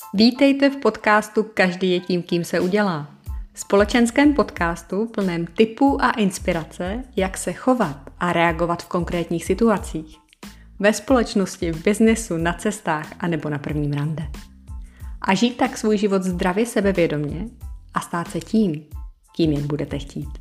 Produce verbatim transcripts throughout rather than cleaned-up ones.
Vítejte v podcastu Každý je tím, kým se udělá. Společenském podcastu plném tipů a inspirace, jak se chovat a reagovat v konkrétních situacích. Ve společnosti, v biznesu, na cestách a nebo na prvním rande. A žít tak svůj život zdravě sebevědomě a stát se tím, kým jen budete chtít.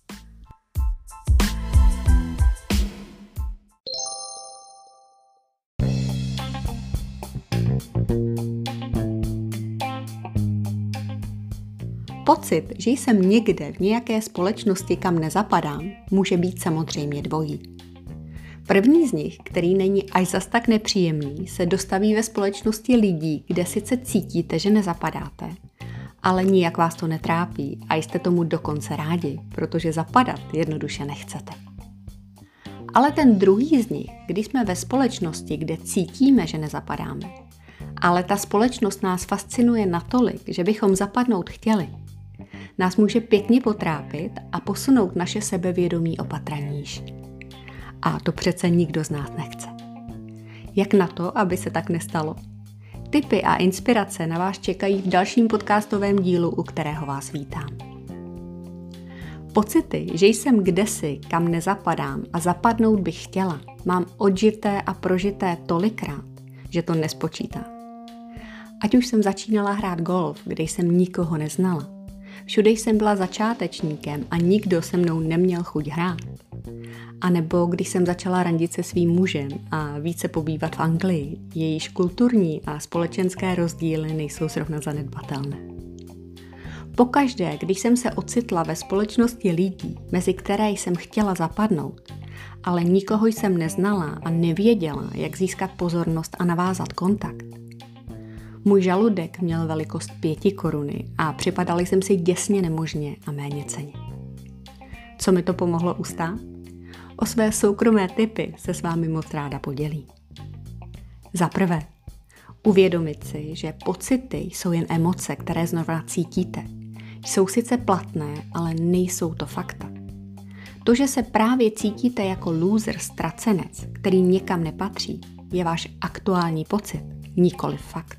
Pocit, že jsem někde v nějaké společnosti, kam nezapadám, může být samozřejmě dvojí. První z nich, který není až zas tak nepříjemný, se dostaví ve společnosti lidí, kde sice cítíte, že nezapadáte, ale nijak vás to netrápí a jste tomu dokonce rádi, protože zapadat jednoduše nechcete. Ale ten druhý z nich, když jsme ve společnosti, kde cítíme, že nezapadáme, ale ta společnost nás fascinuje natolik, že bychom zapadnout chtěli, nás může pěkně potrápit a posunout naše sebevědomí o patra níž. A to přece nikdo z nás nechce. Jak na to, aby se tak nestalo? Tipy a inspirace na vás čekají v dalším podcastovém dílu, u kterého vás vítám. Pocity, že jsem kdesi, kam nezapadám a zapadnout bych chtěla, mám odžité a prožité tolikrát, že to nespočítá. Ať už jsem začínala hrát golf, kde jsem nikoho neznala, všude jsem byla začátečníkem a nikdo se mnou neměl chuť hrát. A nebo když jsem začala randit se svým mužem a více pobývat v Anglii, jejíž kulturní a společenské rozdíly nejsou zrovna zanedbatelné. Pokaždé, když jsem se ocitla ve společnosti lidí, mezi které jsem chtěla zapadnout, ale nikoho jsem neznala a nevěděla, jak získat pozornost a navázat kontakt, můj žaludek měl velikost pěti koruny a připadali jsem si děsně nemožně a méněcenně. Co mi to pomohlo ustát? O své soukromé tipy se s vámi moc ráda podělím. Za prvé, uvědomit si, že pocity jsou jen emoce, které znovu cítíte. Jsou sice platné, ale nejsou to fakta. To, že se právě cítíte jako loser, ztracenec, který někam nepatří, je váš aktuální pocit, nikoli fakt.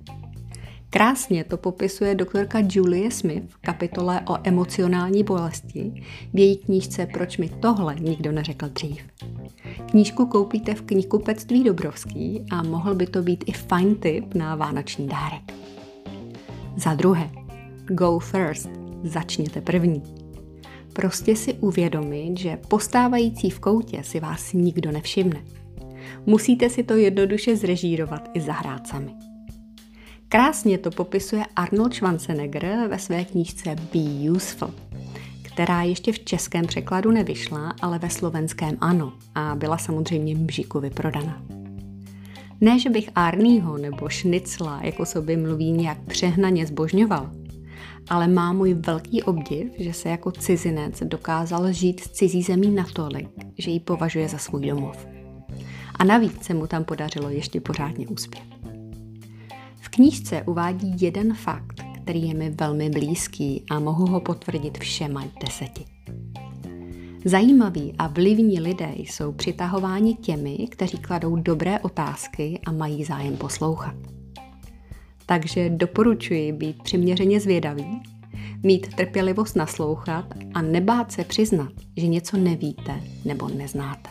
Krásně to popisuje doktorka Julie Smith v kapitole o emocionální bolesti v její knížce Proč mi tohle nikdo neřekl dřív. Knížku koupíte v knihkupectví Dobrovský a mohl by to být i fajn tip na vánoční dárek. Za druhé, go first, začněte první. Prostě si uvědomit, že postávající v koutě si vás nikdo nevšimne. Musíte si to jednoduše zrežírovat i zahrát sami. Krásně to popisuje Arnold Schwarzenegger ve své knížce Be Useful, která ještě v českém překladu nevyšla, ale ve slovenském ano a byla samozřejmě Mžiku vyprodaná. Ne, že bych Arnieho nebo Šnicla, jako sobě mluví, nějak přehnaně zbožňoval, ale má můj velký obdiv, že se jako cizinec dokázal žít s cizí zemí natolik, že ji považuje za svůj domov. A navíc se mu tam podařilo ještě pořádně uspět. V knížce uvádí jeden fakt, který je mi velmi blízký a mohu ho potvrdit všema deseti. Zajímaví a vlivní lidé jsou přitahováni těmi, kteří kladou dobré otázky a mají zájem poslouchat. Takže doporučuji být přiměřeně zvědavý, mít trpělivost naslouchat a nebát se přiznat, že něco nevíte nebo neznáte.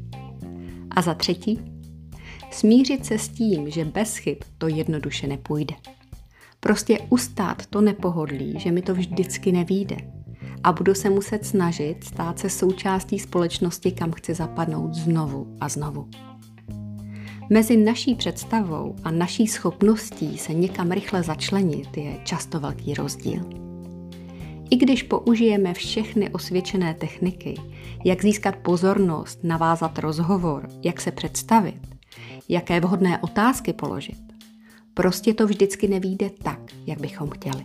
A za třetí, smířit se s tím, že bez chyb to jednoduše nepůjde. Prostě ustát to nepohodlí, že mi to vždycky nevyjde a budu se muset snažit stát se součástí společnosti, kam chci zapadnout znovu a znovu. Mezi naší představou a naší schopností se někam rychle začlenit je často velký rozdíl. I když použijeme všechny osvědčené techniky, jak získat pozornost, navázat rozhovor, jak se představit, jaké vhodné otázky položit, prostě to vždycky nevyjde tak, jak bychom chtěli.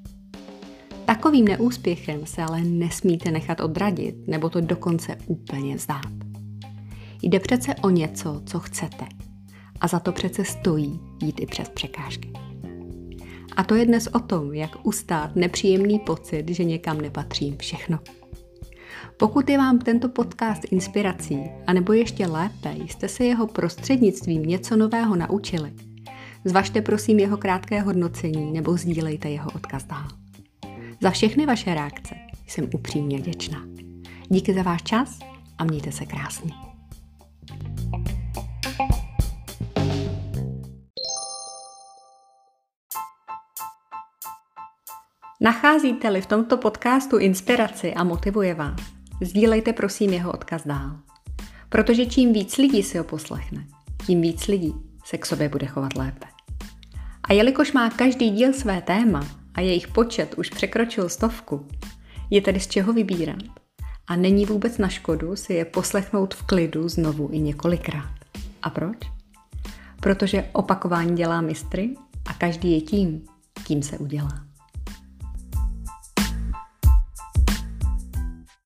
Takovým neúspěchem se ale nesmíte nechat odradit nebo to dokonce úplně vzdát. Jde přece o něco, co chcete a za to přece stojí jít i přes překážky. A to je dnes o tom, jak ustát nepříjemný pocit, že někam nepatřím všechno. Pokud je vám tento podcast inspirací, anebo ještě lépe jste se jeho prostřednictvím něco nového naučili, Zvažte prosím jeho krátké hodnocení nebo sdílejte jeho odkaz dál. Za všechny vaše reakce jsem upřímně vděčná. Díky za váš čas a mějte se krásně. Nacházíte-li v tomto podcastu inspiraci a motivuje vás, sdílejte prosím jeho odkaz dál. Protože čím víc lidí si ho poslechne, tím víc lidí se k sobě bude chovat lépe. A jelikož má každý díl své téma a jejich počet už překročil stovku, je tedy z čeho vybírat a není vůbec na škodu si je poslechnout v klidu znovu i několikrát. A proč? Protože opakování dělá mistry a každý je tím, kým se udělá.